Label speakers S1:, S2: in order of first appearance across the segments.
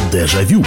S1: Дежавю.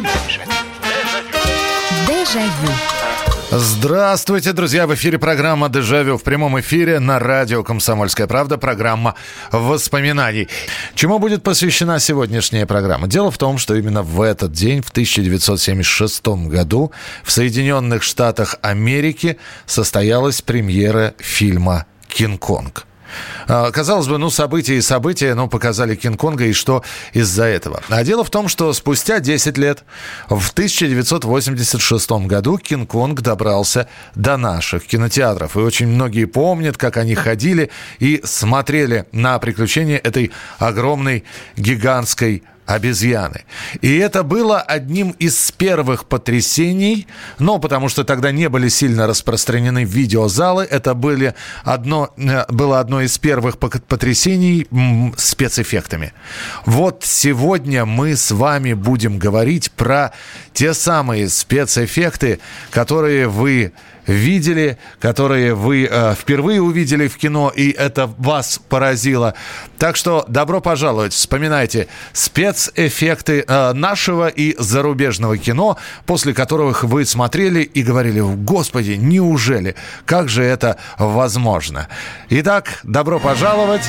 S2: Дежавю.
S3: Здравствуйте, друзья! В эфире программа «Дежавю» в прямом эфире на радио «Комсомольская правда». Программа воспоминаний. Чему будет посвящена сегодняшняя программа? Дело в том, что именно в этот день, в 1976 году, в Соединенных Штатах Америки состоялась премьера фильма «Кинг-Конг». Казалось бы, события, показали Кинг-Конга, и что из-за этого? А дело в том, что спустя 10 лет, в 1986 году, Кинг-Конг добрался до наших кинотеатров. И очень многие помнят, как они ходили и смотрели на приключения этой огромной, гигантской обезьяны. И это было одним из первых потрясений, потому что тогда не были сильно распространены видеозалы. Это было одно из первых потрясений спецэффектами. Вот сегодня мы с вами будем говорить про те самые спецэффекты, которые вы видели, которые вы впервые увидели в кино, и это вас поразило. Так что добро пожаловать. Вспоминайте спецэффекты нашего и зарубежного кино, после которых вы смотрели и говорили: «Господи, неужели? Как же это возможно?» Итак, добро пожаловать.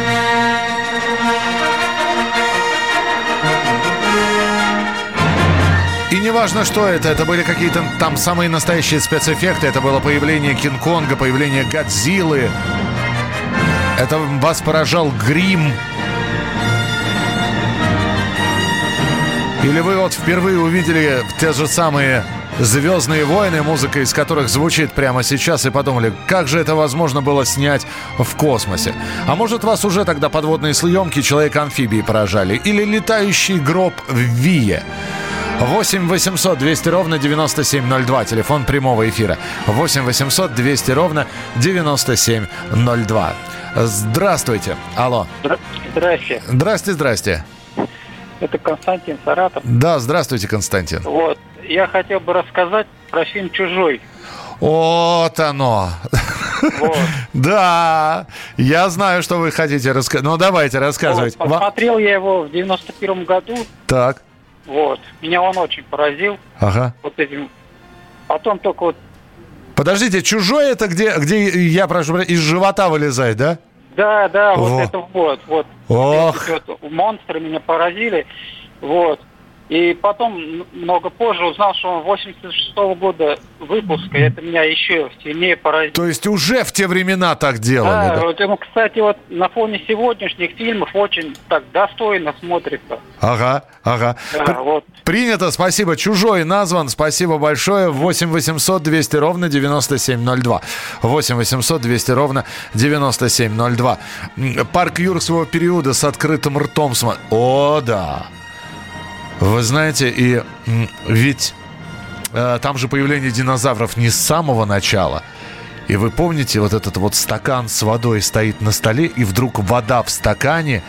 S3: И неважно, что это были какие-то там самые настоящие спецэффекты. Это было появление Кинг-Конга, появление Годзиллы. Это вас поражал грим. Или вы вот впервые увидели те же самые «Звездные войны», музыка из которых звучит прямо сейчас, и подумали, как же это возможно было снять в космосе. А может, вас уже тогда подводные съемки «Человек-амфибии» поражали? Или летающий гроб в Вие? 8 800 200 ровно 9702. Телефон прямого эфира. 8 800 200 ровно 9702. Здравствуйте. Алло.
S4: Здрасте.
S3: Здрасте.
S4: Это Константин, Саратов.
S3: Да, здравствуйте, Константин.
S4: Вот. Я хотел бы рассказать про фильм «Чужой».
S3: Вот оно.
S4: Вот.
S3: Да, я знаю, что вы хотите рассказать. Ну, давайте, рассказывайте.
S4: Вот, посмотрел я его в 91 году.
S3: Так.
S4: Вот. Меня он очень поразил.
S3: Ага.
S4: Вот этим. Потом только вот...
S3: Подождите, «Чужой» это где я прошу, из живота вылезает, да?
S4: Да, вот это вот.
S3: Ох.
S4: Эти вот монстры меня поразили. Вот. И потом, много позже, узнал, что он 86-го года выпуска, и это меня еще сильнее поразило.
S3: То есть уже в те времена так делали, да?
S4: Вот ему, кстати, вот на фоне сегодняшних фильмов очень так достойно смотрится.
S3: Ага.
S4: Да, вот.
S3: Принято, спасибо. «Чужой» назван, спасибо большое. 8 800 200 ровно 9702. 8 800 200 ровно 9702. Парк юрского периода с открытым ртом. О, да. Вы знаете, и ведь там же появление динозавров не с самого начала. И вы помните, вот этот вот стакан с водой стоит на столе, и вдруг вода в стакане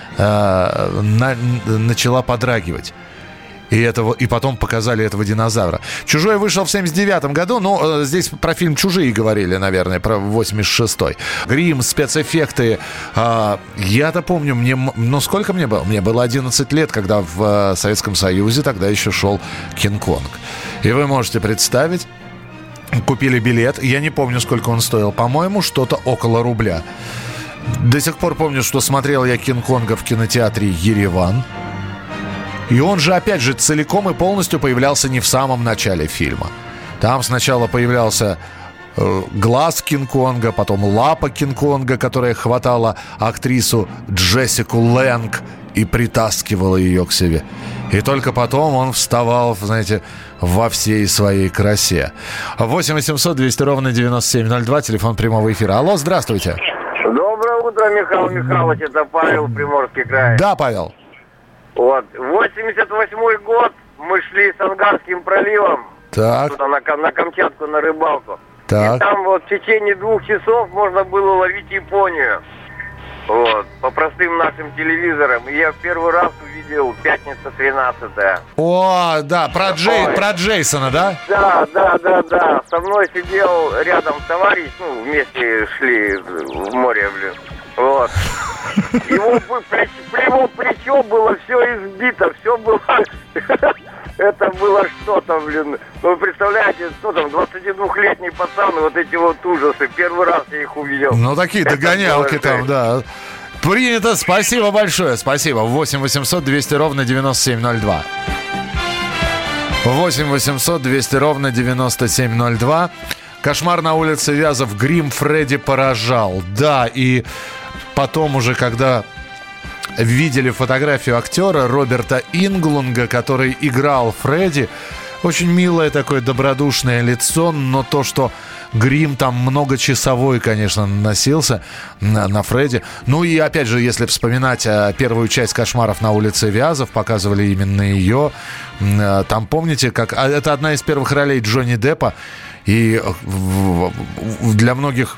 S3: начала подрагивать. И потом показали этого динозавра. «Чужой» вышел в 79 году. Но здесь про фильм «Чужие» говорили, наверное, про 86-й. Грим, спецэффекты. Я-то помню, сколько мне было? Мне было 11 лет, когда в Советском Союзе тогда еще шел «Кинг-Конг». И вы можете представить, купили билет. Я не помню, сколько он стоил. По-моему, что-то около рубля. До сих пор помню, что смотрел я «Кинг-Конга» в кинотеатре «Ереван». И он же, опять же, целиком и полностью появлялся не в самом начале фильма. Там сначала появлялся глаз Кинг-Конга, потом лапа Кинг-Конга, которая хватала актрису Джессику Лэнг и притаскивала ее к себе. И только потом он вставал, знаете, во всей своей красе. 8 800 200 ровно 9702, телефон прямого эфира. Алло, здравствуйте.
S5: Доброе утро, Михаил Михайлович, это Павел, Приморский край.
S3: Да, Павел.
S5: Вот, 88-й год, мы шли с Ангарским проливом,
S3: так.
S5: Туда на Камчатку на рыбалку.
S3: Так.
S5: И там вот в течение 2 часов можно было ловить Японию. Вот, по простым нашим телевизорам. И я в первый раз увидел «Пятница 13-я».
S3: О, да, про Джейсона, да?
S5: Да. Со мной сидел рядом товарищ, вместе шли в море, Вот. Его плечо было все избито, все было... Это было что-то, блин. Ну, вы представляете, что там, 22-летний пацан, вот эти вот ужасы. Первый раз я их увидел.
S3: Ну, такие догонялки там, да. Принято, спасибо большое, спасибо. 8 800 200 ровно 9702. 8 800 200 ровно 9702. Кошмар на улице Вязов. Грим Фредди поражал. Да, и потом уже, когда видели фотографию актера Роберта Инглунга, который играл Фредди, очень милое такое добродушное лицо, но то, что грим там многочасовой, конечно, наносился на Фредди. Ну и, опять же, если вспоминать первую часть «Кошмаров на улице Вязов», показывали именно ее. Там, помните, как... Это одна из первых ролей Джонни Деппа. И для многих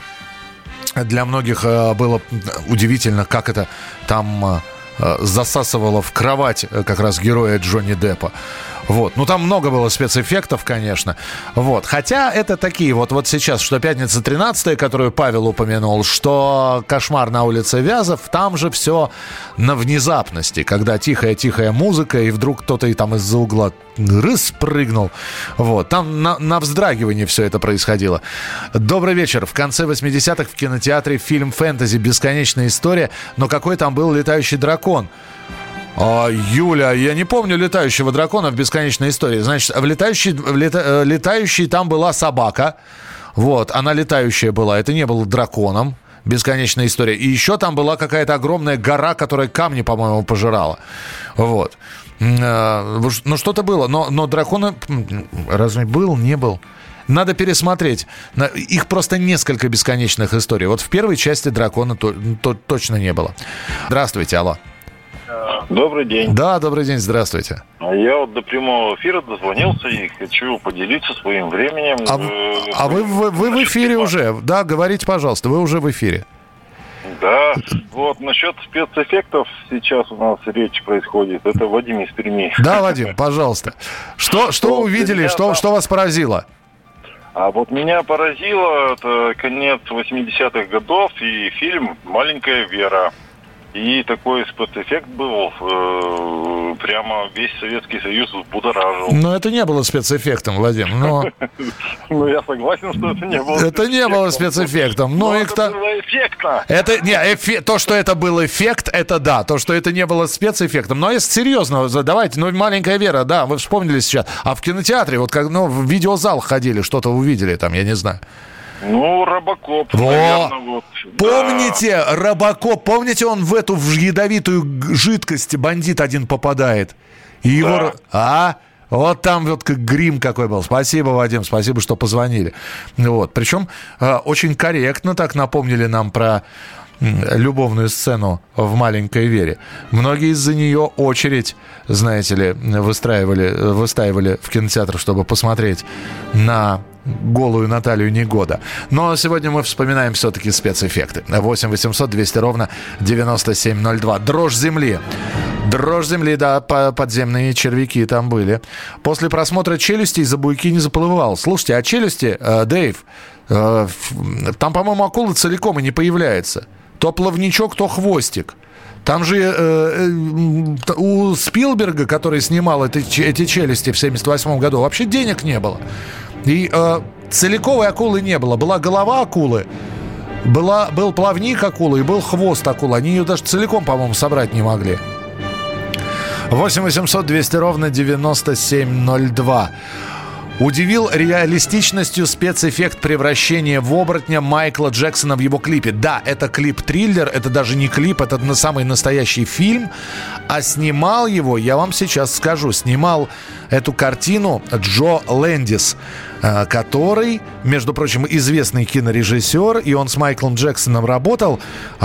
S3: было удивительно, как это там засасывало в кровать как раз героя Джонни Деппа. Вот. Ну, там много было спецэффектов, конечно. Вот. Хотя это такие вот сейчас, что «Пятница 13-я», которую Павел упомянул, что «Кошмар на улице Вязов», там же все на внезапности, когда тихая-тихая музыка, и вдруг кто-то и там из-за угла прыгнул. Вот. Там на вздрагивании все это происходило. Добрый вечер. В конце 80-х в кинотеатре фильм фэнтези «Бесконечная история», но какой там был летающий дракон? Юля, я не помню летающего дракона в «Бесконечной истории». Значит, в летающей там была собака. Вот, она летающая была. Это не было драконом. «Бесконечная история». И еще там была какая-то огромная гора, которая камни, по-моему, пожирала. Вот. Ну, что-то было. Но дракона... Разве был? Не был? Надо пересмотреть. Их просто несколько бесконечных историй. Вот в первой части дракона точно не было. Здравствуйте, алло.
S1: Добрый день.
S3: Да, добрый день, здравствуйте.
S1: Я вот до прямого эфира дозвонился и хочу поделиться своим временем.
S3: Вы в эфире уже? Да, говорите, пожалуйста, вы уже в эфире.
S1: Да, вот насчет спецэффектов сейчас у нас речь происходит. Это Вадим из Перми.
S3: Да, Вадим, пожалуйста. Что увидели, что вас поразило?
S1: А вот меня поразило, это конец 80-х годов и фильм «Маленькая Вера». И такой спецэффект был, прямо весь Советский Союз взбудоражил.
S3: Но это не было спецэффектом, Вадим.
S1: Ну, я согласен, что это не было.
S3: Это не было спецэффектом. Но это было эффектно. То, что это был эффект, это да. То, что это не было спецэффектом. Но если серьезно, давайте, «Маленькая Вера», да, вы вспомнили сейчас. А в кинотеатре, вот как, в видеозал ходили, что-то увидели там, я не знаю.
S1: Робокоп, наверное, вот.
S3: Помните, да. Робокоп, помните, он в ядовитую жидкость бандит один попадает? И его... Вот там вот как грим какой был. Спасибо, Вадим, спасибо, что позвонили. Вот. Причем очень корректно так напомнили нам про любовную сцену в «Маленькой Вере». Многие из-за нее очередь, знаете ли, выстаивали в кинотеатр, чтобы посмотреть на голую Наталью Негода. Но сегодня мы вспоминаем все-таки спецэффекты. 8 800 200 ровно 9702. «Дрожь земли». «Дрожь земли», да, подземные червяки там были. После просмотра «Челюстей» за буйки не заплывал. Слушайте, а «Челюсти», Дэйв, там, по-моему, акула целиком и не появляется. То плавничок, то хвостик. Там же у Спилберга, который снимал эти «Челюсти» в 1978 году, вообще денег не было. И целиковой акулы не было. Была голова акулы, был плавник акулы и был хвост акулы. Они ее даже целиком, по-моему, собрать не могли. 8 800 200 ровно 9702. Удивил реалистичностью спецэффект превращения в оборотня Майкла Джексона в его клипе. Да, это клип-триллер, это даже не клип, это самый настоящий фильм. А снимал его, я вам сейчас скажу, снимал эту картину Джо Лэндис, который, между прочим, известный кинорежиссер, и он с Майклом Джексоном работал.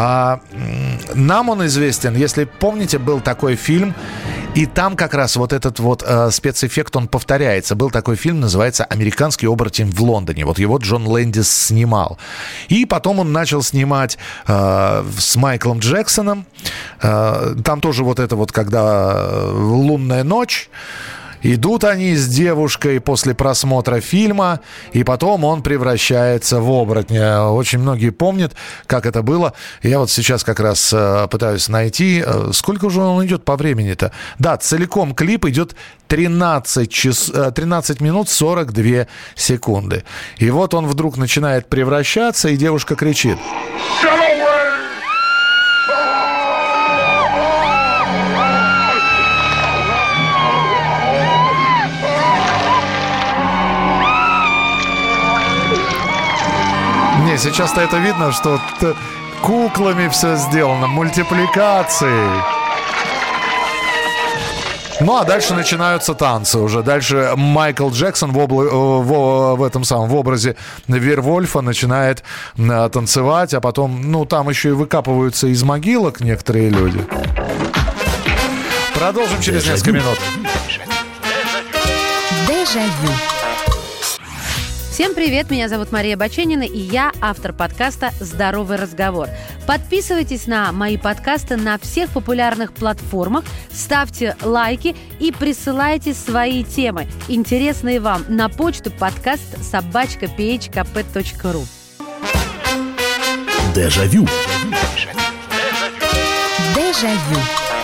S3: Нам он известен, если помните, был такой фильм, и там как раз вот этот вот спецэффект, он повторяется. Был такой фильм, называется «Американский оборотень в Лондоне». Вот его Джон Лэндис снимал. И потом он начал снимать с Майклом Джексоном. Там тоже вот это вот, когда лунная ночь. Идут они с девушкой после просмотра фильма, и потом он превращается в оборотня. Очень многие помнят, как это было. Я вот сейчас как раз пытаюсь найти, сколько же он идет по времени-то. Да, целиком клип идет 13 минут 42 секунды. И вот он вдруг начинает превращаться, и девушка кричит: Не, сейчас-то это видно, что куклами все сделано, мультипликацией. Ну, а дальше начинаются танцы уже. Дальше Майкл Джексон в этом самом, в образе Вервольфа начинает танцевать, а потом, ну, там еще и выкапываются из могилок некоторые люди. Продолжим через несколько минут.
S2: Дежавю. Всем привет, меня зовут Мария Баченина, и я автор подкаста «Здоровый разговор». Подписывайтесь на мои подкасты на всех популярных платформах, ставьте лайки и присылайте свои темы, интересные вам, на почту podcast@phkp.ru.
S6: Дежавю.
S2: Дежавю.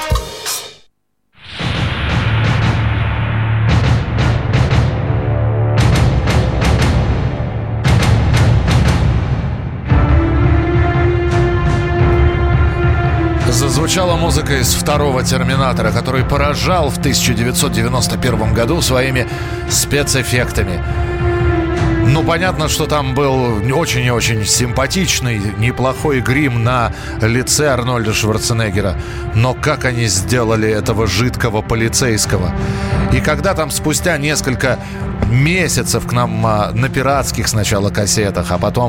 S3: Зазвучала музыка из второго «Терминатора», который поражал в 1991 году своими спецэффектами. Ну, понятно, что там был очень и очень симпатичный, неплохой грим на лице Арнольда Шварценеггера. Но как они сделали этого жидкого полицейского? И когда там спустя несколько месяцев к нам на пиратских сначала кассетах, а потом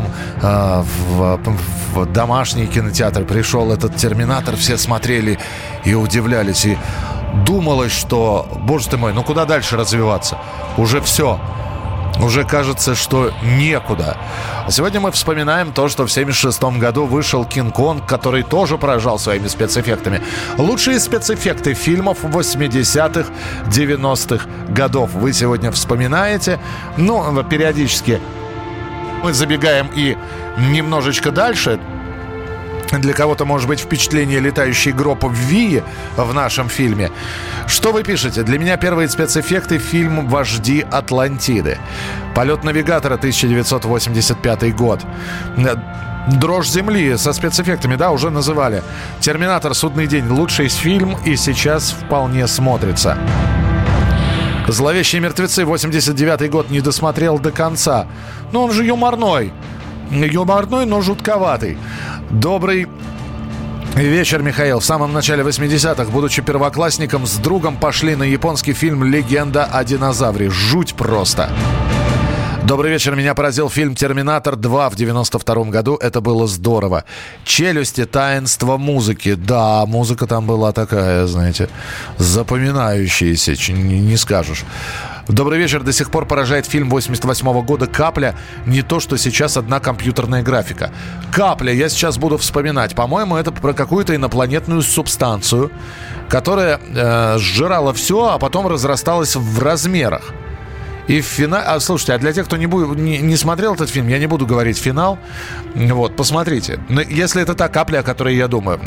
S3: в домашний кинотеатр пришел этот «Терминатор», все смотрели и удивлялись. И думалось, что, боже ты мой, ну куда дальше развиваться? Уже все. Уже кажется, что некуда. Сегодня мы вспоминаем то, что в 1976 году вышел «Кинг-Конг», который тоже поражал своими спецэффектами. Лучшие спецэффекты фильмов 80-х, 90-х годов вы сегодня вспоминаете. Ну, периодически мы забегаем и немножечко дальше. Для кого-то может быть впечатление летающей гроб в Вии в нашем фильме. Что вы пишете? Для меня первые спецэффекты — фильм «Вожди Атлантиды». «Полет навигатора», 1985 год. «Дрожь земли» со спецэффектами, да, уже называли. «Терминатор. Судный день» — лучший фильм и сейчас вполне смотрится. «Зловещие мертвецы», 89 год, не досмотрел до конца. Но он же юморной. Юморной, но жутковатый. Добрый вечер, Михаил. В самом начале 80-х, будучи первоклассником, с другом пошли на японский фильм «Легенда о динозавре». Жуть просто. Добрый вечер. Меня поразил фильм «Терминатор 2» в 92 году. Это было здорово. «Челюсти. Таинство музыки». Да, музыка там была такая, знаете, запоминающаяся, не скажешь. Добрый вечер. До сих пор поражает фильм 88 года «Капля». Не то, что сейчас одна компьютерная графика. «Капля» я сейчас буду вспоминать. По-моему, это про какую-то инопланетную субстанцию, которая сжирала все, а потом разрасталась в размерах. И в финале... слушайте, а для тех, кто не смотрел этот фильм, я не буду говорить финал. Вот, посмотрите. Но если это та «Капля», о которой я думаю.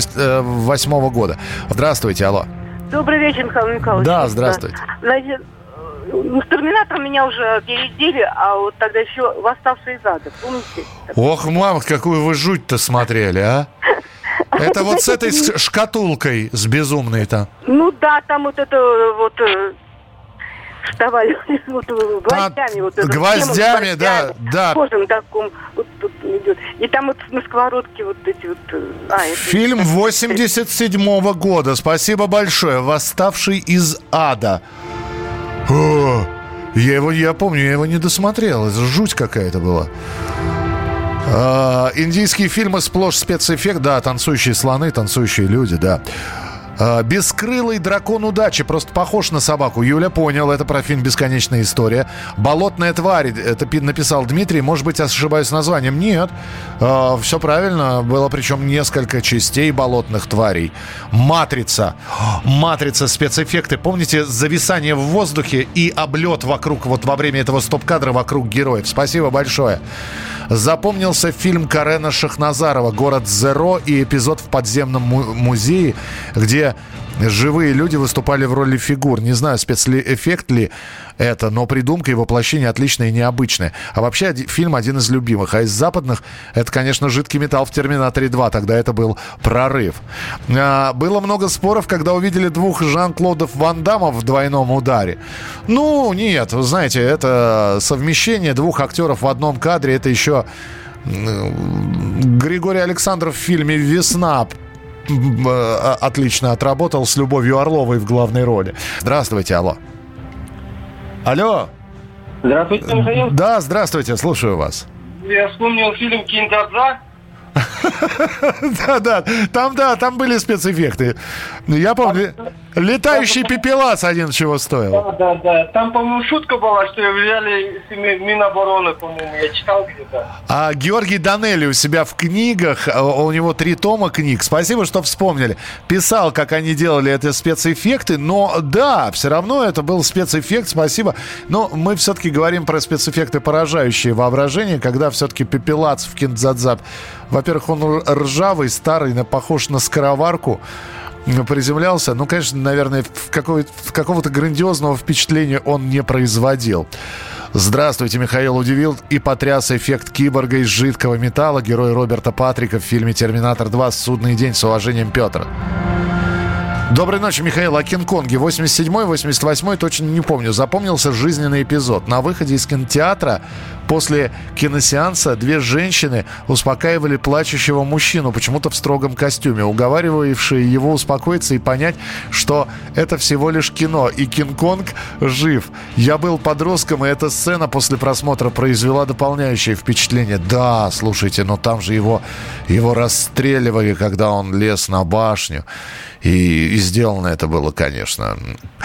S3: 88 года. Здравствуйте, алло.
S7: Добрый вечер, Михаил Михайлович.
S3: Да, здравствуйте.
S7: Значит, с «Терминатором» меня уже переделили, а вот тогда еще «Восставший из ада», помните?
S3: Ох, мама, какую вы жуть-то смотрели, а? Это вот с этой шкатулкой, с безумной-то.
S7: Ну да, там вот это вот... вставали вот гвоздями. Вот
S3: гвоздями, да.
S7: Кожаным таком вот тут идет. И там вот на сковородке вот эти вот...
S3: Фильм 87-го года. Спасибо большое. «Восставший из ада». О, я помню, я его не досмотрел. Это жуть какая-то была. Индийские фильмы сплошь спецэффект. Да, танцующие слоны, танцующие люди, да. «Бескрылый дракон удачи». Просто похож на собаку. Юля, понял. Это про фильм «Бесконечная история». «Болотная тварь». Это написал Дмитрий. Может быть, ошибаюсь с названием. Нет. Все правильно. Было причем несколько частей «Болотных тварей». «Матрица». «Матрица», спецэффекты. Помните зависание в воздухе и облет вокруг, вот во время этого стоп-кадра вокруг героев? Спасибо большое. Запомнился фильм Карена Шахназарова «Город Зеро» и эпизод в подземном музее, где живые люди выступали в роли фигур. Не знаю, спецэффект ли это, но придумка и воплощение отличное и необычное. А вообще фильм один из любимых. А из западных это, конечно, «Жидкий металл» в «Терминаторе 2». Тогда это был прорыв. Было много споров, когда увидели двух Жан-Клодов Ван Даммов в «Двойном ударе». Ну, нет, вы знаете, это совмещение двух актеров в одном кадре. Это еще Григорий Александров в фильме «Весна» отлично отработал с Любовью Орловой в главной роли. Здравствуйте, алло. Алло.
S6: Здравствуйте, Михаил.
S3: Да, здравствуйте, слушаю вас.
S6: Я вспомнил фильм «Киндзадза».
S3: Там были спецэффекты. Я помню, летающий пепелац один чего стоил.
S6: Да. Там, по-моему, шутка была, что взяли Минобороны, по-моему, я читал где-то.
S3: А Георгий Данелли у себя в книгах, у него 3 тома книг, спасибо, что вспомнили, писал, как они делали эти спецэффекты, но да, все равно это был спецэффект, спасибо. Но мы все-таки говорим про спецэффекты, поражающие воображение, когда все-таки пепелац в «Киндзадза». Во-первых, он ржавый, старый, похож на скороварку. Приземлялся. Ну, конечно, наверное, какого-то грандиозного впечатления он не производил. Здравствуйте, Михаил. Удивил и потряс эффект киборга из жидкого металла, герой Роберта Патрика в фильме «Терминатор 2. Судный день». С уважением, Петр. Доброй ночи, Михаил. О Кинг-Конге. 87-й, 88-й, точно не помню. Запомнился жизненный эпизод. На выходе из кинотеатра после киносеанса 2 женщины успокаивали плачущего мужчину, почему-то в строгом костюме, уговаривавшие его успокоиться и понять, что это всего лишь кино, и Кинг-Конг жив. Я был подростком, и эта сцена после просмотра произвела дополняющее впечатление. Да, слушайте, но там же его расстреливали, когда он лез на башню. И сделано это было, конечно.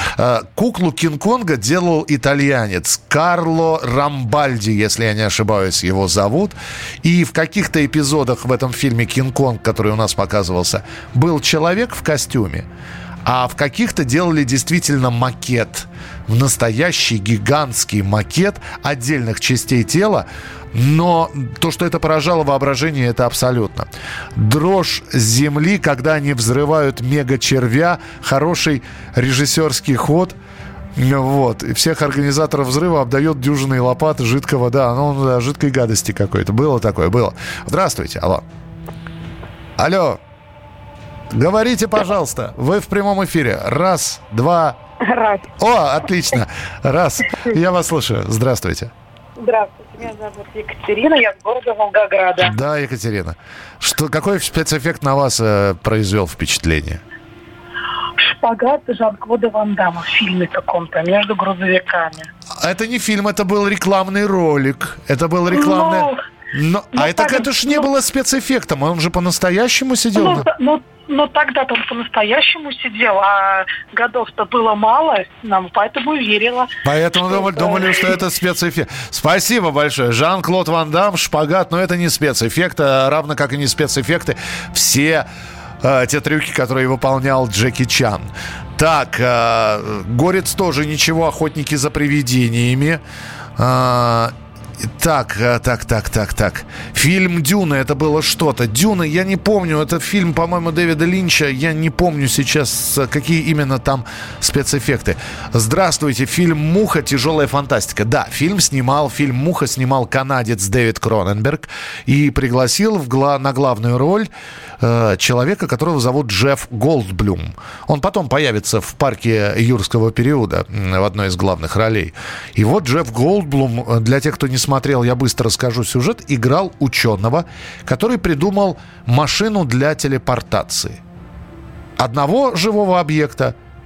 S3: Куклу Кинг-Конга делал итальянец Карло Рамбальди, если я не ошибаюсь, его зовут. И в каких-то эпизодах в этом фильме «Кинг-Конг», который у нас показывался, был человек в костюме. А в каких-то делали действительно макет. Настоящий гигантский макет отдельных частей тела. Но то, что это поражало воображение, это абсолютно. Дрожь земли, когда они взрывают мега-червя. Хороший режиссерский ход. Вот. И всех организаторов взрыва обдает дюжиной лопат жидкого, жидкой гадости какой-то. Было такое, было. Здравствуйте, алло. Алло. Говорите, пожалуйста. Вы в прямом эфире. 1, 2.
S7: Раз.
S3: О, отлично. 1. Я вас слушаю. Здравствуйте.
S7: Здравствуйте, меня зовут Екатерина, я с города Волгограда.
S3: Да, Екатерина. Какой спецэффект на вас произвел впечатление?
S7: Шпагат Жан-Клода Ван Дамма в фильме каком-то между грузовиками.
S3: Это не фильм, это был рекламный ролик. Это был рекламный... это ж не было спецэффектом, он же по-настоящему сидел.
S7: Но тогда-то он по-настоящему сидел, а годов-то было мало, нам поэтому верила.
S3: Поэтому думали, что это спецэффект. Спасибо большое. Жан-Клод Ван Дамм, шпагат, но это не спецэффект, равно как и не спецэффекты. Все те трюки, которые выполнял Джеки Чан. Так, «Горец» тоже ничего, «Охотники за привидениями». Так. Фильм «Дюна» это было что-то. «Дюна», я не помню, это фильм, по-моему, Дэвида Линча. Я не помню сейчас, какие именно там спецэффекты. Здравствуйте, фильм «Муха. Тяжелая фантастика». Да, фильм «Муха» снимал канадец Дэвид Кроненберг и пригласил на главную роль человека, которого зовут Джефф Голдблюм. Он потом появится в «Парке юрского периода» в одной из главных ролей. И вот Джефф Голдблюм, для тех, кто не смотрел, я быстро расскажу сюжет, играл ученого, который придумал машину для телепортации. Одного живого объекта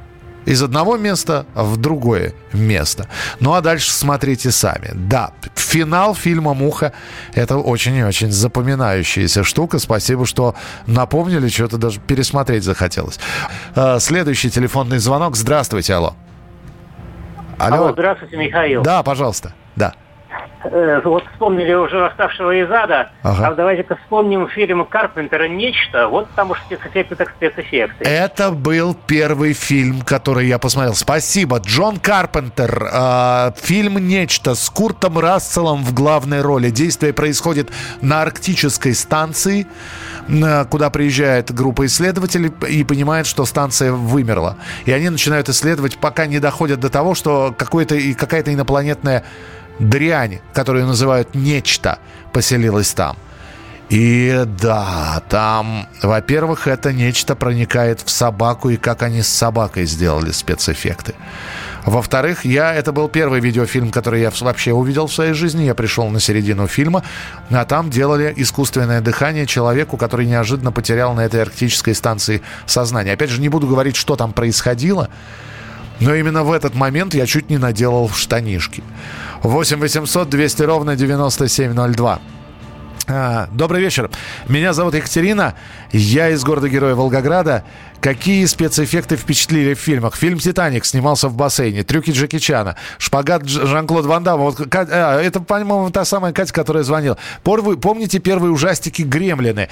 S3: из одного места в другое место. Ну, а дальше смотрите сами. Да, финал фильма «Муха» — это очень и очень запоминающаяся штука. Спасибо, что напомнили, что-то даже пересмотреть захотелось. Следующий телефонный звонок. Здравствуйте, алло.
S8: Алло, здравствуйте, Михаил.
S3: Да, пожалуйста, да.
S8: Вот вспомнили уже «Восставшего из ада». Ага. А давайте-ка вспомним фильм Карпентера «Нечто». Вот там уж спецэффекты так спецэффекты.
S3: Это был первый фильм, который я посмотрел. Спасибо. Джон Карпентер. Фильм «Нечто» с Куртом Расселом в главной роли. Действие происходит на арктической станции, куда приезжает группа исследователей и понимает, что станция вымерла. И они начинают исследовать, пока не доходят до того, что какая-то инопланетная дрянь, которую называют «Нечто», поселилась там. И да, там, во-первых, это нечто проникает в собаку, и как они с собакой сделали спецэффекты. Во-вторых, это был первый видеофильм, который я вообще увидел в своей жизни. Я пришел на середину фильма, а там делали искусственное дыхание человеку, который неожиданно потерял на этой арктической станции сознание. Опять же, не буду говорить, что там происходило, но именно в этот момент я чуть не наделал в штанишки. 8 800 200 ровно 9702. Добрый вечер. Меня зовут Екатерина. Я из города-героя Волгограда. Какие спецэффекты впечатлили в фильмах? Фильм «Титаник» снимался в бассейне. Трюки Джеки Чана. Шпагат Жан-Клод Ван Дамма. Это, по-моему, та самая Катя, которая звонила. Помните первые ужастики «Гремлины»?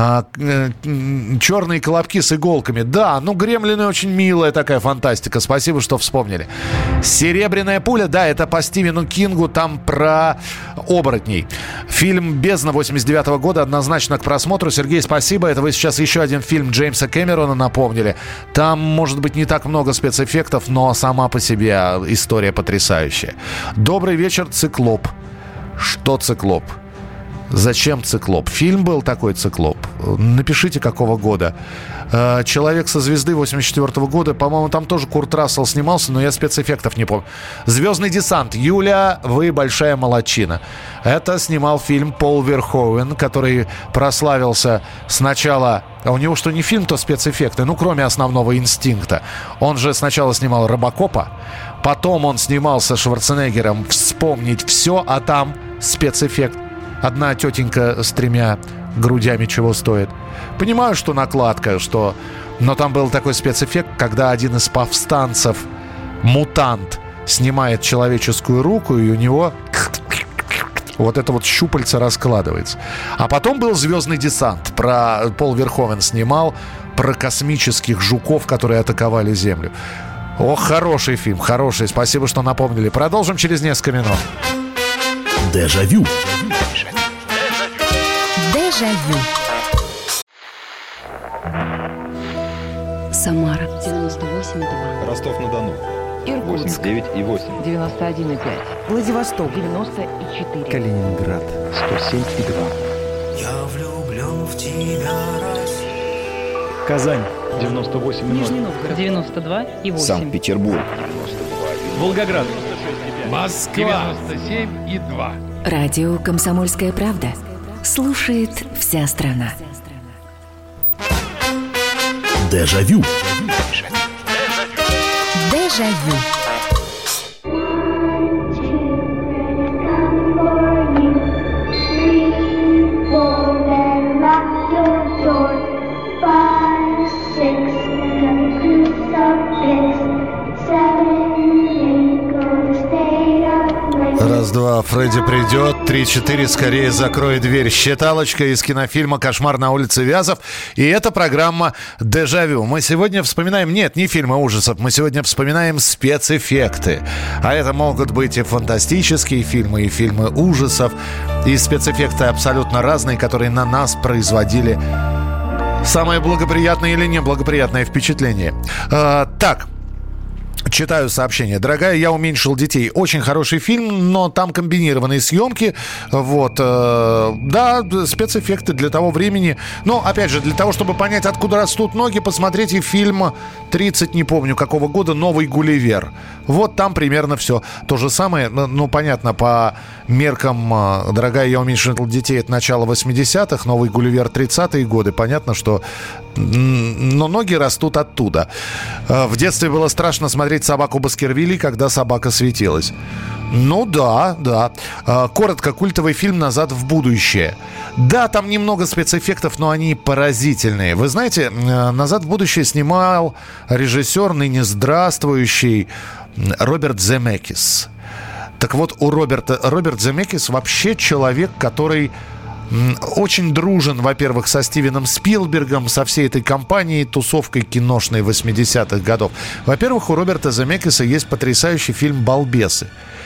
S3: Черные колобки с иголками. Да, «Гремлины» очень милая такая фантастика. Спасибо, что вспомнили. «Серебряная пуля». Да, это по Стивену Кингу. Там про оборотней. Фильм «Бездна» 89 года. Однозначно к просмотру. Сергей, спасибо. Это вы сейчас еще один фильм Джеймса Кэмерона напомнили. Там, может быть, не так много спецэффектов, но сама по себе история потрясающая. Добрый вечер, «Циклоп». Что «Циклоп»? Зачем «Циклоп»? Фильм был такой «Циклоп». Напишите, какого года. «Человек со звезды» 84 года. По-моему, там тоже Курт Рассел снимался, но я спецэффектов не помню. «Звездный десант». Юля, вы большая молодчина. Это снимал фильм Пол Верховен, который прославился сначала... А у него что не фильм, то спецэффекты. Кроме «Основного инстинкта». Он же сначала снимал «Робокопа», потом он снимался Шварценеггером «Вспомнить все», а там спецэффект. Одна тетенька с 3 грудями чего стоит. Понимаю, что накладка, но там был такой спецэффект, когда один из повстанцев, мутант, снимает человеческую руку, и у него вот это вот щупальце раскладывается. А потом был «Звездный десант». Пол Верховен снимал про космических жуков, которые атаковали Землю. Ох, хороший фильм, хороший. Спасибо, что напомнили. Продолжим через несколько минут.
S9: Дежавю.
S10: Дежавю. Самара 98,2.
S11: Ростов-на-Дону.
S10: Иркутск
S11: 89,8.
S10: 91,5. Владивосток 94.
S11: Калининград 107,2.
S12: Я влюблен в тебя, Россия.
S11: Казань 98,0.
S10: Нижний Новгород 92,8.
S9: Санкт-Петербург
S11: 92,2. Волгоград 96,5.
S13: Москва 97,2.
S10: Радио «Комсомольская правда». Слушает вся страна.
S9: Дежавю.
S10: Дежавю.
S3: Раз-два, Фредди придет. 3-4, скорее закрой дверь. Считалочка из кинофильма «Кошмар на улице Вязов». И это программа «Дежавю». Мы сегодня вспоминаем... Нет, не фильмы ужасов. Мы сегодня вспоминаем спецэффекты. А это могут быть и фантастические фильмы, и фильмы ужасов. И спецэффекты абсолютно разные, которые на нас производили самое благоприятное или неблагоприятное впечатление. Так... Читаю сообщение. Дорогая, я уменьшил детей. Очень хороший фильм, но там комбинированные съемки. Вот. Да, спецэффекты для того времени. Но, опять же, для того, чтобы понять, откуда растут ноги, посмотрите фильм 30, не помню какого года, «Новый Гулливер». Вот там примерно все то же самое. Ну, понятно, по меркам «Дорогая, я уменьшил детей» — это начало 80-х, «Новый Гулливер» — 30-е годы. Понятно, что... Но ноги растут оттуда. В детстве было страшно смотреть «Собаку Баскервилей», когда собака светилась. Ну да, да. Коротко, культовый фильм «Назад в будущее». Да, там немного спецэффектов, но они поразительные. Вы знаете, «Назад в будущее» снимал режиссер, ныне здравствующий, Роберт Земекис. Так вот, Роберт Земекис вообще человек, который... очень дружен, во-первых, со Стивеном Спилбергом, со всей этой компанией, тусовкой киношной 80-х годов. Во-первых, у Роберта Земекиса есть потрясающий фильм «Балбесы».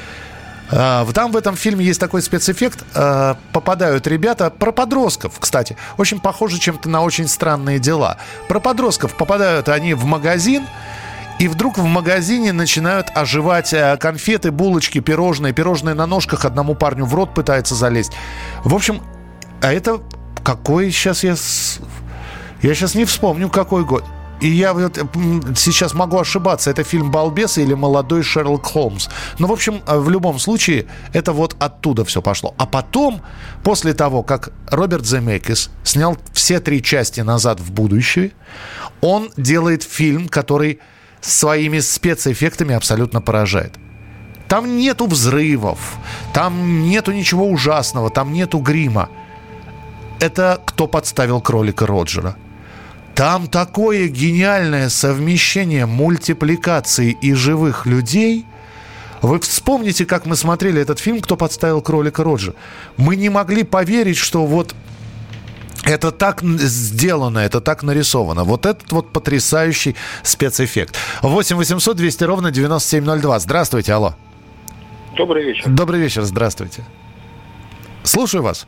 S3: Там в этом фильме есть такой спецэффект. Попадают ребята, про подростков, кстати, очень похоже чем-то на «Очень странные дела». Про подростков попадают они в магазин, и вдруг в магазине начинают оживать конфеты, булочки, пирожные. Пирожные на ножках, одному парню в рот пытается залезть. В общем... А это какой сейчас я сейчас не вспомню, какой год. И я вот сейчас могу ошибаться, это фильм «Балбесы» или «Молодой Шерлок Холмс». Ну, в общем, в любом случае, это вот оттуда все пошло. А потом, после того, как Роберт Земекис снял все 3 части «Назад в будущее», он делает фильм, который своими спецэффектами абсолютно поражает. Там нету взрывов, там нету ничего ужасного, там нету грима. Это «Кто подставил кролика Роджера». Там такое гениальное совмещение мультипликации и живых людей. Вы вспомните, как мы смотрели этот фильм «Кто подставил кролика Роджера». Мы не могли поверить, что вот это так сделано, это так нарисовано. Вот этот вот потрясающий спецэффект. 8 800 200 ровно 9702. Здравствуйте, алло.
S14: Добрый вечер.
S3: Добрый вечер, здравствуйте. Слушаю вас.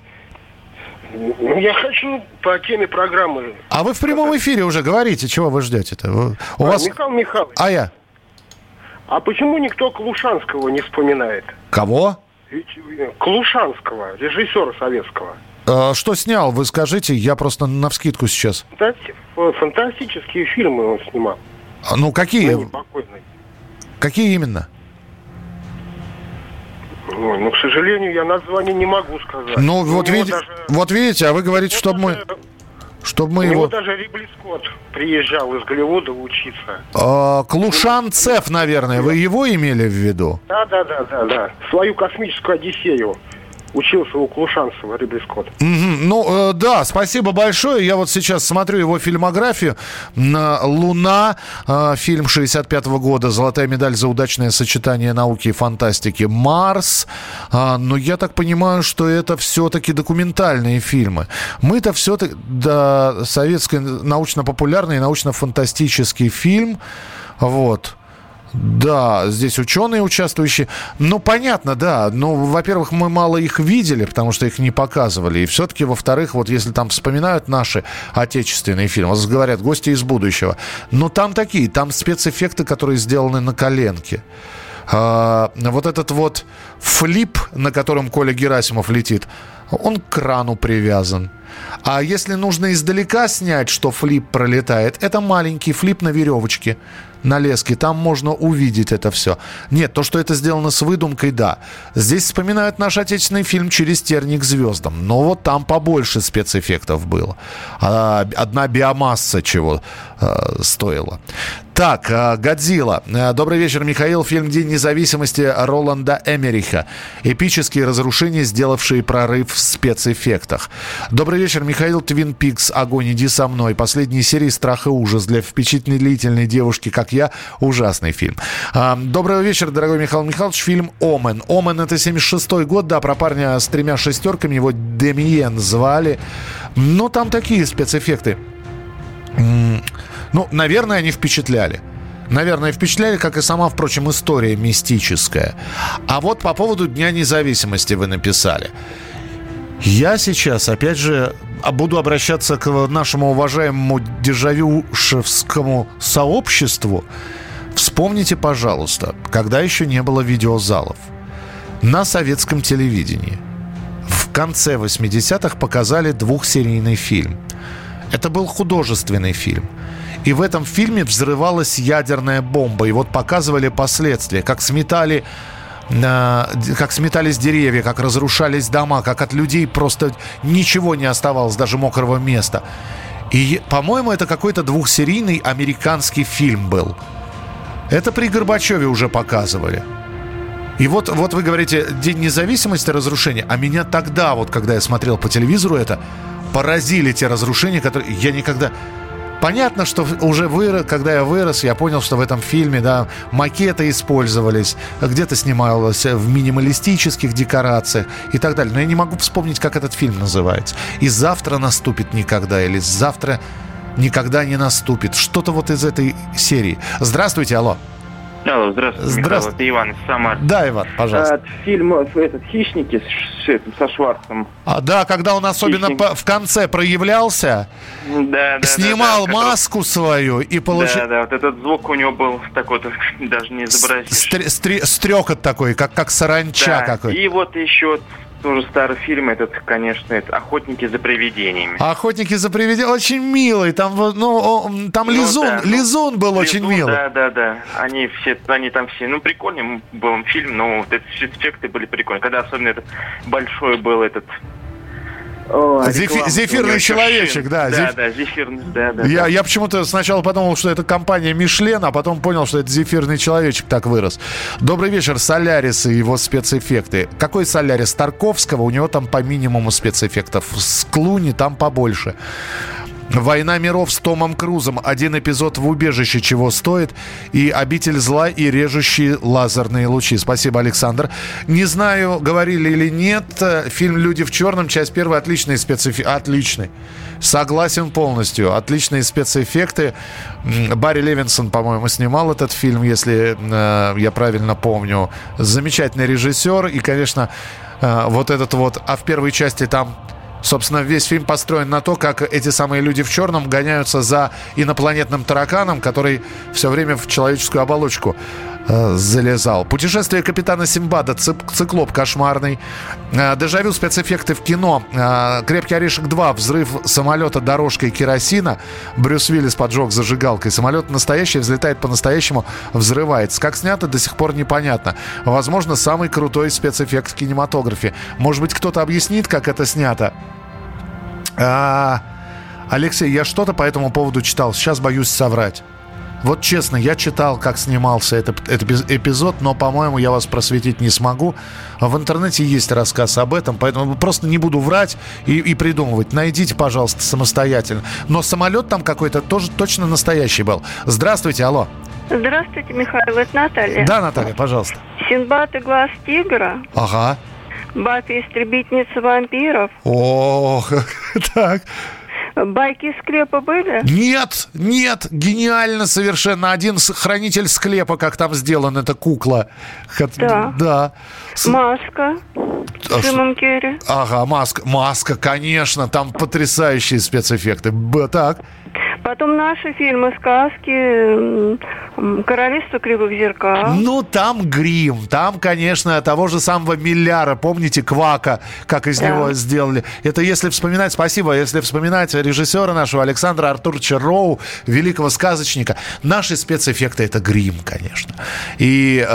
S14: Я хочу по теме программы.
S3: А вы в прямом эфире уже говорите, чего вы ждете-то? У вас...
S14: Михаил Михайлович.
S3: А я?
S14: А почему никто Клушанского не вспоминает?
S3: Кого?
S14: Клушанского, режиссера советского.
S3: Что снял, вы скажите, я просто навскидку сейчас.
S14: Фантастические фильмы он снимал.
S3: Ну, какие? Какие именно?
S14: Ой, ну, к сожалению, я название не могу сказать.
S3: Ну, вот видите, а вы говорите, чтобы мы его... У
S14: него даже Ридли Скотт приезжал из Голливуда учиться.
S3: Клушан Цеф, наверное, вы его имели в виду?
S14: Да. Свою космическую Одиссею учился у Клушанцева, Ридли Скотт.
S3: Ну, да, спасибо большое. Я вот сейчас смотрю его фильмографию. «Луна», фильм 65-го года, «Золотая медаль за удачное сочетание науки и фантастики», «Марс». Но я так понимаю, что это все-таки документальные фильмы. Мы-то все-таки, да, советский научно-популярный, научно-фантастический фильм. Вот. Да, здесь ученые участвующие. Ну, понятно, да. Ну, во-первых, мы мало их видели, потому что их не показывали. И все-таки, во-вторых, вот если там вспоминают наши отечественные фильмы, вот говорят «Гости из будущего», но там там спецэффекты, которые сделаны на коленке. Вот этот вот флип, на котором Коля Герасимов летит, он к крану привязан. А если нужно издалека снять, что флип пролетает, это маленький флип на веревочке, на леске. Там можно увидеть это все. Нет, то, что это сделано с выдумкой, да. Здесь вспоминают наш отечественный фильм «Через терник к звездам». Но вот там побольше спецэффектов было. Одна биомасса чего стоила. Так, «Годзилла». Добрый вечер, Михаил. Фильм «День независимости» Роланда Эммериха. Эпические разрушения, сделавшие прорыв в спецэффектах. Добрый вечер, Михаил. «Твин Пикс. Огонь, иди со мной». Последние серии «Страх и ужас». Для впечатлительной девушки, как я, ужасный фильм. Добрый вечер, дорогой Михаил Михайлович. Фильм «Омен». «Омен» — это 76-й год, да, про парня с 3 шестерками. Его Демиен звали. Но там такие спецэффекты. Ну, наверное, они впечатляли. Наверное, впечатляли, как и сама, впрочем, история мистическая. А вот по поводу Дня независимости вы написали. Я сейчас, опять же, буду обращаться к нашему уважаемому дежавюшевскому сообществу. В Вспомните, пожалуйста, когда еще не было видеозалов, на советском телевидении в конце 80-х показали двухсерийный фильм. Это был художественный фильм. И в этом фильме взрывалась ядерная бомба. И вот показывали последствия, как сметались деревья, как разрушались дома, как от людей просто ничего не оставалось, даже мокрого места. И, по-моему, это какой-то двухсерийный американский фильм был. Это при Горбачеве уже показывали. И вот вы говорите, День независимости, разрушения. А меня тогда, вот когда я смотрел по телевизору это, поразили те разрушения, которые я никогда... Понятно, что уже когда я вырос, я понял, что в этом фильме, да, макеты использовались, где-то снималось в минималистических декорациях и так далее. Но я не могу вспомнить, как этот фильм называется. И «Завтра наступит никогда» или «Завтра никогда не наступит». Что-то вот из этой серии. Здравствуйте, алло.
S15: Алло, здравствуйте, Михаил, это Иван из Самары.
S3: Да, Иван, пожалуйста.
S15: Фильм «Хищники» со Шварцем.
S3: Да, когда он особенно в конце проявлялся, снимал маску свою и получил...
S15: Да, вот этот звук у него был такой, даже не изобразишь.
S3: Стрекот такой, как саранча какой.
S15: И вот еще... Тоже старый фильм, конечно, это «Охотники за привидениями».
S3: «Охотники за привидениями» очень милый. Там Лизун был очень милый.
S15: Да. Они там все, прикольный был фильм, но вот эти эффекты были прикольные. Когда особенно этот большой был этот...
S3: Зефирный человечек, да.
S15: Зефирный, да.
S3: Я почему-то сначала подумал, что это компания Мишлен, а потом понял, что это зефирный человечек так вырос. Добрый вечер, Солярис и его спецэффекты. Какой Солярис? Тарковского, у него там по минимуму спецэффектов. С Клуни там побольше. «Война миров» с Томом Крузом. Один эпизод в убежище чего стоит. И «Обитель зла» и «Режущие лазерные лучи». Спасибо, Александр. Не знаю, говорили или нет. Фильм «Люди в черном», часть первая. Отличные спецэффекты. Отличный. Согласен полностью. Отличные спецэффекты. Барри Левинсон, по-моему, снимал этот фильм, если я правильно помню. Замечательный режиссер. И, конечно, вот этот вот... А в первой части там... Собственно, весь фильм построен на то, как эти самые люди в черном гоняются за инопланетным тараканом, который все время в человеческую оболочку залезал. «Путешествие капитана Симбада», «Циклоп» кошмарный. «Дежавю», спецэффекты в кино. «Крепкий орешек 2», взрыв самолета дорожкой керосина. Брюс Уиллис поджег зажигалкой. Самолет настоящий, взлетает по-настоящему, взрывается. Как снято, до сих пор непонятно. Возможно, самый крутой спецэффект в кинематографе. Может быть, кто-то объяснит, как это снято? Алексей, я что-то по этому поводу читал. Сейчас боюсь соврать. Вот честно, я читал, как снимался этот эпизод, но, по-моему, я вас просветить не смогу. В интернете есть рассказ об этом, поэтому просто не буду врать и придумывать. Найдите, пожалуйста, самостоятельно. Но самолет там какой-то тоже точно настоящий был. Здравствуйте, алло.
S16: Здравствуйте, Михаил, это Наталья.
S3: Да, Наталья, пожалуйста.
S16: «Синдбад и глаз тигра».
S3: Ага.
S16: «Баффи истребительница вампиров».
S3: Ох, так.
S16: «Байки из склепа» были?
S3: Нет, гениально совершенно. Один хранитель склепа, как там сделана эта кукла. Да.
S16: «Маска» с Джимом Керри.
S3: Ага, маска, конечно. Там потрясающие спецэффекты. Так.
S16: Потом наши фильмы, сказки, «Королевство кривых зеркал».
S3: Ну, там грим. Там, конечно, того же самого Милляра. Помните, Квака, как из него сделали. Это если вспоминать, спасибо, если вспоминать режиссера нашего Александра Артуровича Роу, великого сказочника. Наши спецэффекты — это грим, конечно. И...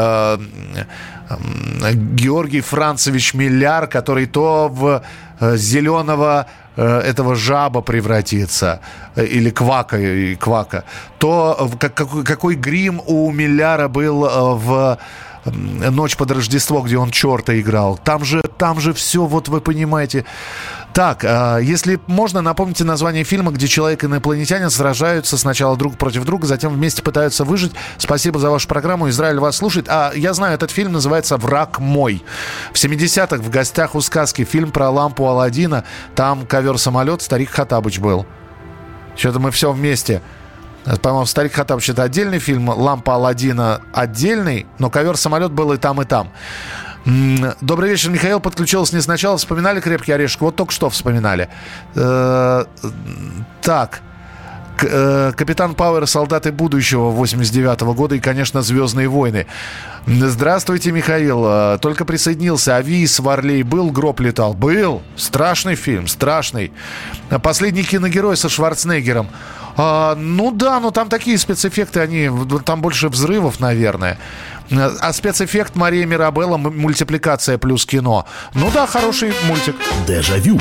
S3: Георгий Францевич Милляр, который то в зеленого этого жаба превратится, или квака, то какой грим у Милляра был в «Ночь под Рождество», где он черта играл. Там же все, вот вы понимаете. Так, если можно, напомните название фильма, где человек и инопланетянин сражаются сначала друг против друга, затем вместе пытаются выжить. Спасибо за вашу программу. Израиль вас слушает. Я знаю, этот фильм называется «Враг мой». В 70-х в гостях у сказки фильм про лампу Аладдина. Там ковер-самолет, Старик Хоттабыч был. Что-то мы все вместе. По-моему, «Старик Хоттабыч» — это отдельный фильм, «Лампа Аладдина» отдельный, но ковер-самолет был и там, и там. Добрый вечер, Михаил. Подключился не сначала. Вспоминали «Крепкий орешек»? Вот только что вспоминали. Так. Капитан Пауэр, солдаты будущего 89-го года и, конечно, «Звездные войны». Здравствуйте, Михаил. Только присоединился. «Авис» в Орле был, гроб летал. Был. Страшный фильм, страшный. «Последний киногерой» со Шварценеггером. Ну да, но там такие спецэффекты, там больше взрывов, наверное. А спецэффект Мария Мирабелла, мультипликация плюс кино. Ну да, хороший мультик.
S9: Дежавю.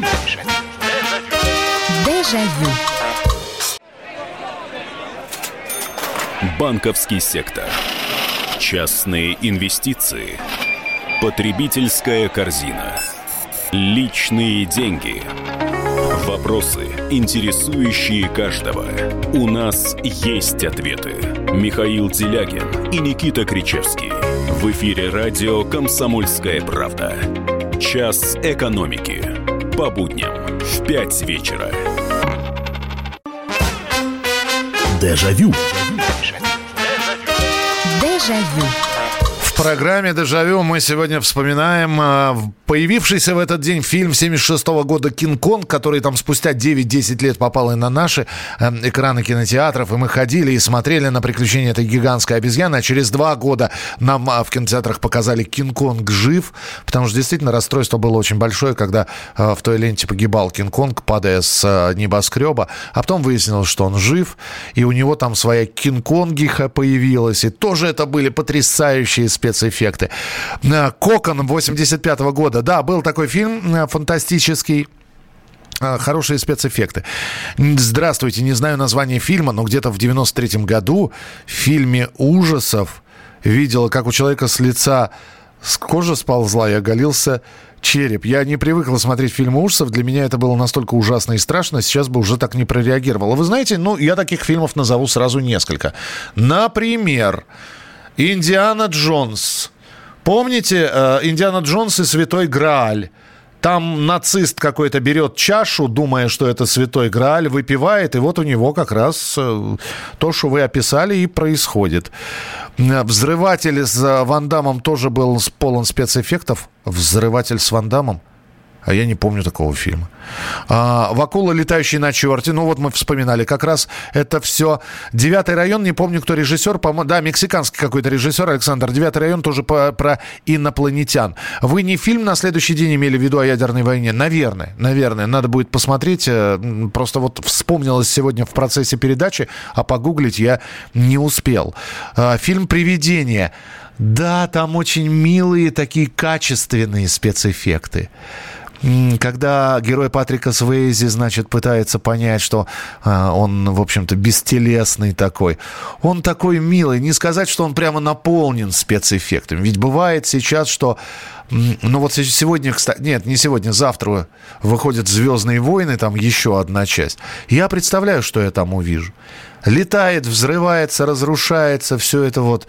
S10: Дежавю.
S9: Банковский сектор. Частные инвестиции. Потребительская корзина. Личные деньги. Вопросы, интересующие каждого. У нас есть ответы. Михаил Делягин и Никита Кричевский. В эфире радио «Комсомольская правда». Час экономики. По будням в 5 вечера. Дежавю.
S10: Дежавю.
S3: В программе «Дежавю» мы сегодня вспоминаем появившийся в этот день фильм 1976 года «Кинг-Конг», который там спустя 9-10 лет попал и на наши экраны кинотеатров, и мы ходили и смотрели на приключения этой гигантской обезьяны, а через 2 года нам в кинотеатрах показали «Кинг-Конг жив», потому что действительно расстройство было очень большое, когда в той ленте погибал Кинг-Конг, падая с небоскреба, а потом выяснилось, что он жив, и у него там своя Кинг-Конгиха появилась, и тоже это были потрясающие спецэффекты. «Кокон» 85-го года. Да, был такой фильм фантастический. Хорошие спецэффекты. Здравствуйте, не знаю название фильма, но где-то в 93-м году в фильме ужасов видела, как у человека с лица с кожи сползла и оголился череп. Я не привыкла смотреть фильмы ужасов. Для меня это было настолько ужасно и страшно. Сейчас бы уже так не прореагировала. Вы знаете, я таких фильмов назову сразу несколько. Например, «Индиана Джонс». Помните «Индиана Джонс и Святой Грааль»? Там нацист какой-то берет чашу, думая, что это Святой Грааль, выпивает, и вот у него как раз то, что вы описали, и происходит. «Взрыватель» с Ван Даммом тоже был полон спецэффектов. «Взрыватель» с Ван Даммом? А я не помню такого фильма. «Вакула, летающий на черте». Ну вот мы вспоминали как раз это все. «Девятый район», не помню, кто режиссер. Да, мексиканский какой-то режиссер, Александр. «Девятый район» тоже про инопланетян. Вы не фильм «На следующий день» имели в виду о ядерной войне? Наверное. Надо будет посмотреть. Просто вот вспомнилось сегодня в процессе передачи, а погуглить я не успел. Фильм «Привидение». Да, там очень милые такие качественные спецэффекты. Когда герой Патрика Суэйзи, значит, пытается понять, что он, в общем-то, бестелесный такой. Он такой милый. Не сказать, что он прямо наполнен спецэффектами. Ведь бывает сейчас, что... вот сегодня, кстати... Нет, не сегодня, завтра выходят «Звездные войны», там еще одна часть. Я представляю, что я там увижу. Летает, взрывается, разрушается, все это вот.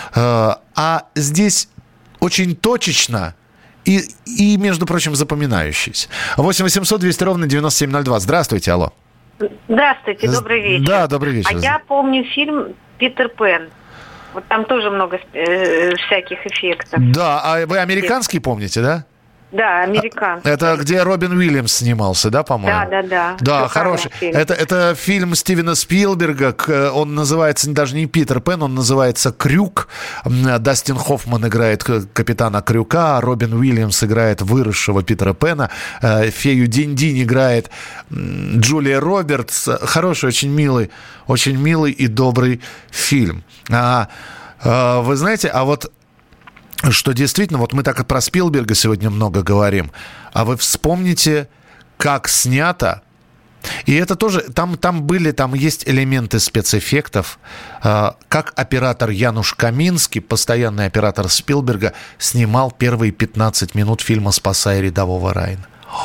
S3: А здесь очень точечно и, между прочим, запоминающийся. 8 800 200 ровно 9702. Здравствуйте, алло.
S7: Здравствуйте, добрый вечер.
S3: Да, добрый вечер.
S7: А я помню фильм «Питер Пен». Вот там тоже много всяких эффектов.
S3: Да, а вы американский помните, да?
S7: Да, американский.
S3: Это где Робин Уильямс снимался, да, по-моему?
S7: Да.
S3: Да, хороший. Это фильм Стивена Спилберга. Он называется даже не «Питер Пен», он называется «Крюк». Дастин Хоффман играет капитана Крюка, Робин Уильямс играет выросшего Питера Пена, фею Динь-Динь играет Джулия Робертс. Хороший, очень милый и добрый фильм. Вы знаете, что действительно, вот мы так и про Спилберга сегодня много говорим, а вы вспомните, как снято, и это тоже, там есть элементы спецэффектов, как оператор Януш Каминский, постоянный оператор Спилберга, снимал первые 15 минут фильма «Спасая рядового Райана».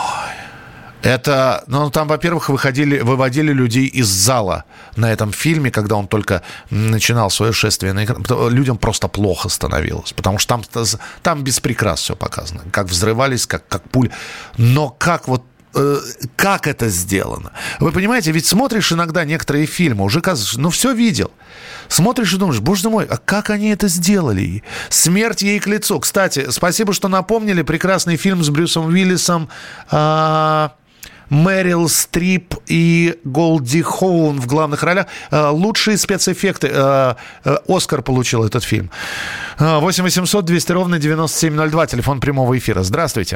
S3: Это, там, во-первых, выводили людей из зала на этом фильме, когда он только начинал свое шествие на экран. Людям просто плохо становилось, потому что там без прикрас все показано. Как взрывались, как пули. Но как это сделано? Вы понимаете, ведь смотришь иногда некоторые фильмы, уже кажется, все видел. Смотришь и думаешь, боже мой, а как они это сделали? «Смерть ей к лицу». Кстати, спасибо, что напомнили прекрасный фильм с Брюсом Уиллисом. Мэрил Стрип и Голди Хоун в главных ролях. Лучшие спецэффекты. Оскар получил этот фильм. 8 800 200 ровно 9702. Телефон прямого эфира. Здравствуйте.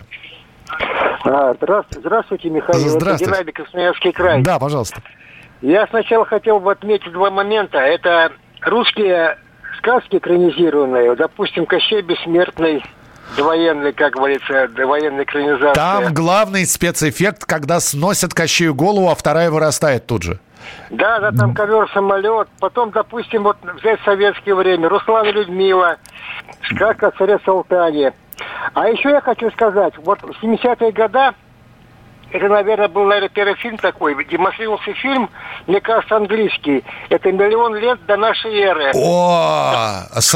S17: Здравствуйте, Михаил.
S3: Здравствуйте.
S17: Это Геннадий, Красноярский край.
S3: Да, пожалуйста.
S17: Я сначала хотел бы отметить два момента. Это русские сказки экранизированные. Допустим, «Кощей Бессмертный», довоенный, как говорится, довоенная экранизация.
S3: Там главный спецэффект, когда сносят Кощею голову, а вторая вырастает тут же.
S17: Да, там ковер-самолет. Потом, допустим, вот взять советское время. Руслан и Людмила, сказка о царе Салтане. А еще я хочу сказать, вот в 70-е годы, это, наверное, был, первый фильм такой, демонстрировался фильм, мне кажется, английский. Это «Миллион лет до нашей эры».
S3: О, с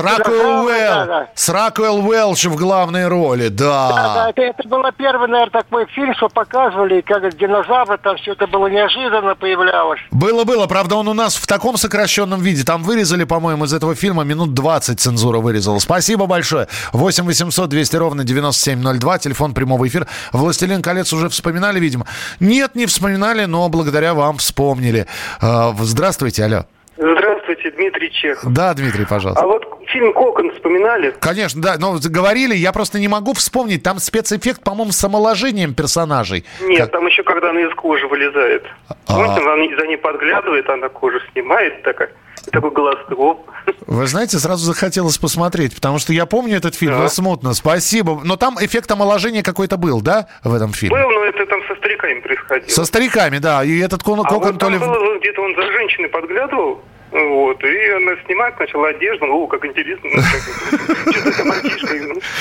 S3: Ракуэлл Уэлч в главной роли, да.
S17: Да, это был первый, наверное, такой фильм, что показывали, как динозавры, там все это было неожиданно появлялось.
S3: Было. Правда, он у нас в таком сокращенном виде. Там вырезали, по-моему, из этого фильма минут 20 цензура вырезала. Спасибо большое. 8 800 200 ровно 9702. Телефон прямого эфира. «Властелин колец» уже вспоминали, видимо? Нет, не вспоминали, но благодаря вам вспомнили. Здравствуйте, алло.
S18: Здравствуйте, Дмитрий Чехов.
S3: Да, Дмитрий, пожалуйста.
S18: А вот фильм «Кокон» вспоминали?
S3: Конечно, да, но говорили, я просто не могу вспомнить. Там спецэффект, по-моему, с омоложением персонажей.
S18: Нет, там еще когда она из кожи вылезает. Помните, она за ней подглядывает, она кожу снимает, такой глазок.
S3: Вы знаете, сразу захотелось посмотреть, потому что я помню этот фильм, но смутно. Спасибо. Но там эффект омоложения какой-то был, да, в этом фильме?
S18: Был, но это там со стариками происходило.
S3: Со стариками, да. И этот кокон
S18: вот
S3: то ли...
S18: было, где-то он за женщиной подглядывал, вот, и она снимает сначала одежду, как интересно. Что-то мальчишка.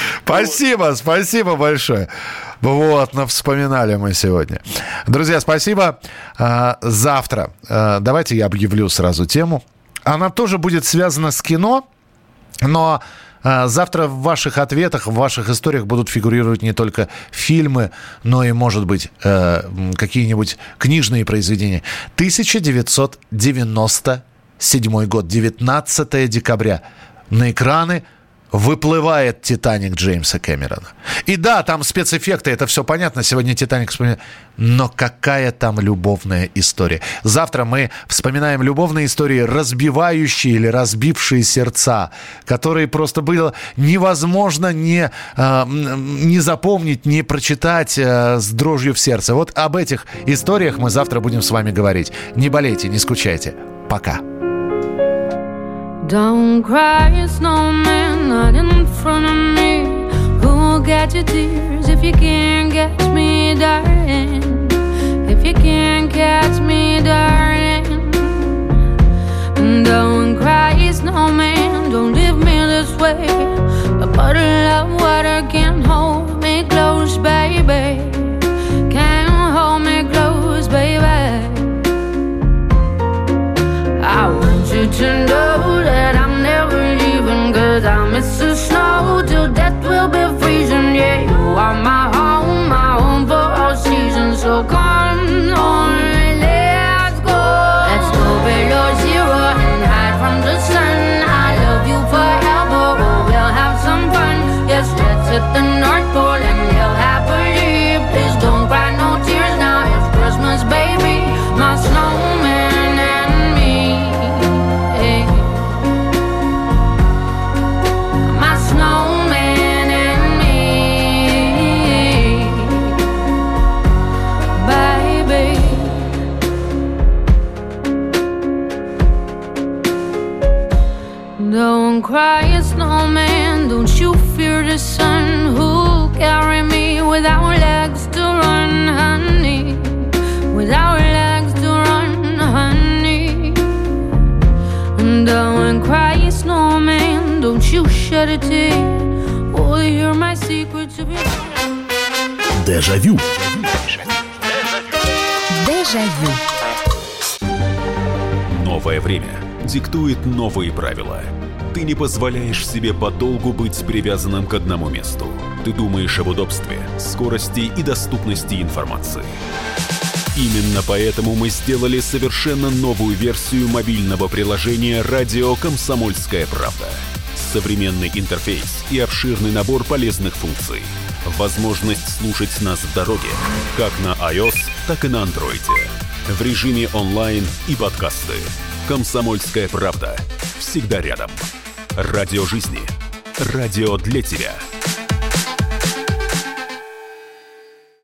S3: Спасибо большое. Вот, вспоминали мы сегодня. Друзья, спасибо. Завтра, давайте я объявлю сразу тему. Она тоже будет связана с кино, но завтра в ваших ответах, в ваших историях будут фигурировать не только фильмы, но и, может быть, какие-нибудь книжные произведения. 1997 год, 19 декабря. На экраны выплывает «Титаник» Джеймса Кэмерона. И да, там спецэффекты, это все понятно, сегодня «Титаник» вспоминает. Но какая там любовная история. Завтра мы вспоминаем любовные истории, разбивающие или разбившие сердца, которые просто было невозможно не запомнить, не прочитать с дрожью в сердце. Вот об этих историях мы завтра будем с вами говорить. Не болейте, не скучайте. Пока.
S19: Don't cry, snowman, not in front of me. Who'll get your tears if you can't catch me, darling? If you can't catch me, darling. Don't cry, snowman, don't leave me this way. A bottle of water can't hold me close, baby. Can't hold me close, baby. I want you to know that I'm never leaving, 'cause I miss the snow till death will be freezing. Yeah, you are my home for all seasons. So come on, let's go. Let's go below zero and hide from the sun. I love you forever, oh, we'll have some fun. Yes, let's hit the North Pole and live happily. Please don't cry no tears now, it's Christmas, baby. My snowman and me. My snowman and me, baby. Don't cry, snowman, don't you fear the sun. Who'll carry me without legs to run, honey? Without legs to run, honey. Don't cry, snowman, don't you shed a tear. Oh, you're my secret to be.
S9: Дежавю.
S10: Дежавю.
S9: Новое время диктует новые правила. Ты не позволяешь себе подолгу быть привязанным к одному месту. Ты думаешь об удобстве, скорости и доступности информации. Именно поэтому мы сделали совершенно новую версию мобильного приложения «Радио Комсомольская правда». современный интерфейс и обширный набор полезных функций. Возможность слушать нас в дороге, как на iOS, так и на Android. В режиме онлайн и подкасты. «Комсомольская правда». Всегда рядом. Радио жизни. Радио для тебя.